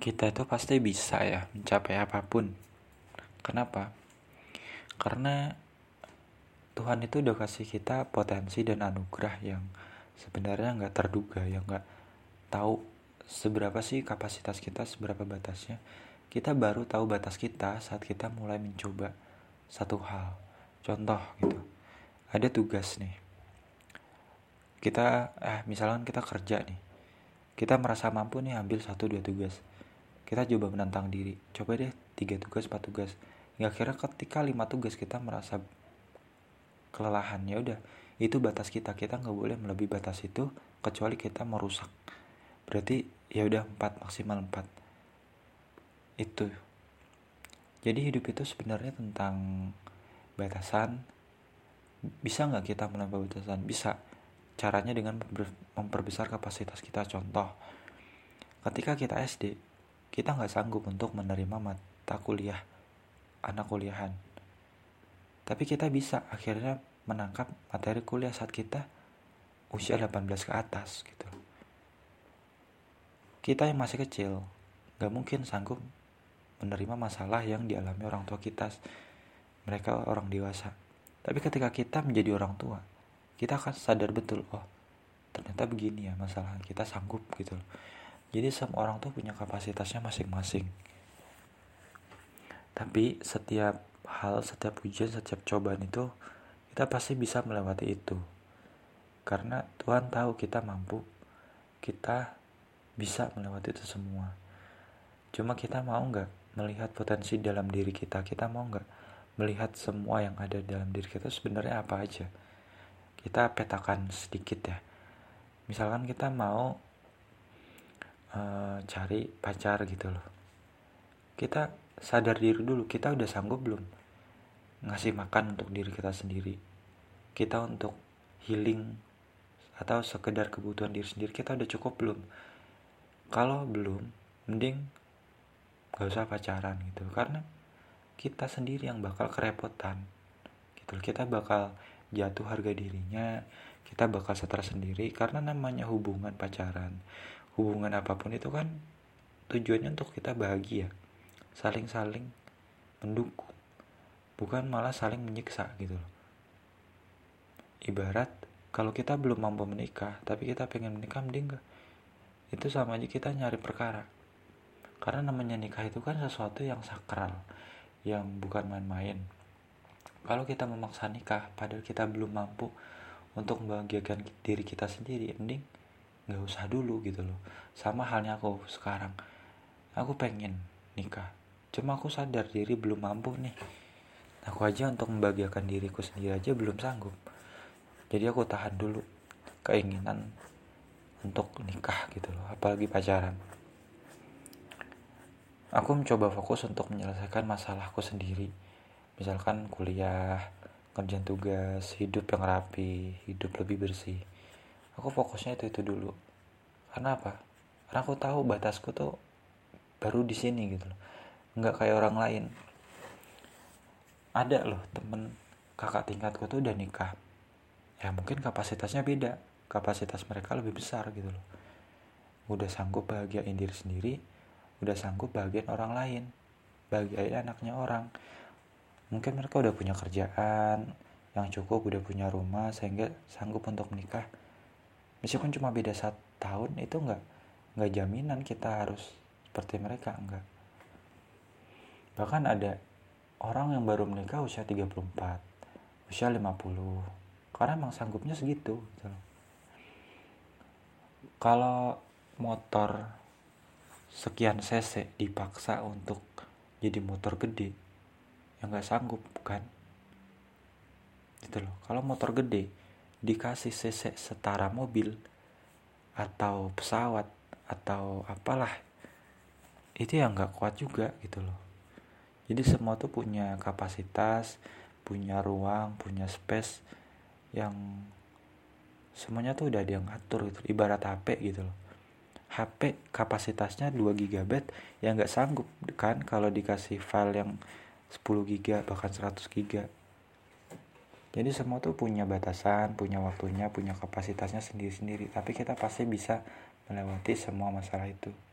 Kita itu pasti bisa ya mencapai apapun. Kenapa? Karena Tuhan itu udah kasih kita potensi dan anugerah yang sebenarnya nggak terduga, yang nggak tahu seberapa sih kapasitas kita, seberapa batasnya. Kita baru tahu batas kita saat kita mulai mencoba satu hal. Contoh gitu, ada tugas nih. Misalkan kita kerja nih. Kita merasa mampu nih ambil 1-2 tugas. Kita coba menantang diri. Coba deh 3 tugas, 4 tugas. Hingga akhirnya ketika 5 tugas kita merasa kelelahan, ya udah, itu batas kita. Kita nggak boleh melebihi batas itu kecuali kita merusak. Berarti ya udah 4, maksimal 4. Itu. Jadi hidup itu sebenarnya tentang batasan. Bisa nggak kita melampaui batasan? Bisa. Caranya dengan memperbesar kapasitas kita. Contoh, ketika kita SD, kita nggak sanggup untuk menerima mata kuliah, anak kuliahan. Tapi kita bisa akhirnya menangkap materi kuliah saat kita usia 18 ke atas gitu. Kita yang masih kecil nggak mungkin sanggup menerima masalah yang dialami orang tua kita. Mereka orang dewasa. Tapi ketika kita menjadi orang tua, kita akan sadar betul, oh ternyata begini ya masalah, kita sanggup gitu loh. Jadi semua orang tuh punya kapasitasnya masing-masing. Tapi setiap hal, setiap ujian, setiap cobaan itu kita pasti bisa melewati itu. Karena Tuhan tahu kita mampu, kita bisa melewati itu semua. Cuma kita mau gak melihat potensi dalam diri kita. Kita mau gak melihat semua yang ada dalam diri kita sebenarnya apa aja. Kita petakan sedikit ya. Misalkan kita mau cari pacar gitu loh. Kita sadar diri dulu, kita udah sanggup belum ngasih makan untuk diri kita sendiri. Kita untuk healing atau sekedar kebutuhan diri sendiri, kita udah cukup belum? Kalau belum, mending gak usah pacaran gitu. Karena kita sendiri yang bakal kerepotan gitu. Kita bakal jatuh harga dirinya, kita bakal stres sendiri. Karena namanya hubungan pacaran, hubungan apapun itu kan tujuannya untuk kita bahagia, saling-saling mendukung, bukan malah saling menyiksa gitu loh. Ibarat kalau kita belum mampu menikah tapi kita pengen menikah, mending gak? Itu sama aja kita nyari perkara. Karena namanya nikah itu kan sesuatu yang sakral, yang bukan main-main. Kalau kita memaksa nikah padahal kita belum mampu untuk membahagiakan diri kita sendiri, mending gak usah dulu gitu loh. Sama halnya aku sekarang, aku pengen nikah, cuma aku sadar diri belum mampu nih. Aku aja untuk membahagiakan diriku sendiri aja belum sanggup. Jadi aku tahan dulu keinginan untuk nikah gitu loh, apalagi pacaran. Aku mencoba fokus untuk menyelesaikan masalahku sendiri. Misalkan kuliah, kerjaan tugas, hidup yang rapi, hidup lebih bersih. Aku fokusnya itu dulu. Karena apa? Karena aku tahu batasku tuh baru di sini gitu loh. Nggak kayak orang lain. Ada loh temen kakak tingkatku tuh udah nikah. Ya mungkin kapasitasnya beda. Kapasitas mereka lebih besar gitu loh. Udah sanggup bahagiain diri sendiri, udah sanggup bahagiain orang lain, bahagiain anaknya orang. Mungkin mereka udah punya kerjaan yang cukup, udah punya rumah sehingga sanggup untuk menikah. Meskipun cuma beda 1 tahun, itu nggak jaminan kita harus seperti mereka, enggak. Bahkan ada orang yang baru menikah usia 34, usia 50, karena emang sanggupnya segitu gitu. Kalau motor sekian cc dipaksa untuk jadi motor gede, ya nggak sanggup kan gitu loh. Kalau motor gede dikasih cc setara mobil atau pesawat atau apalah, itu ya nggak kuat juga gitu loh. Jadi semua tuh punya kapasitas, punya ruang, punya space yang semuanya tuh udah ada yang ngatur gitu. Ibarat HP gitu loh. HP kapasitasnya 2 GB ya nggak sanggup kan kalau dikasih file yang 10 GB bahkan 100 GB. Jadi semua tuh punya batasan, punya waktunya, punya kapasitasnya sendiri-sendiri. Tapi kita pasti bisa melewati semua masalah itu.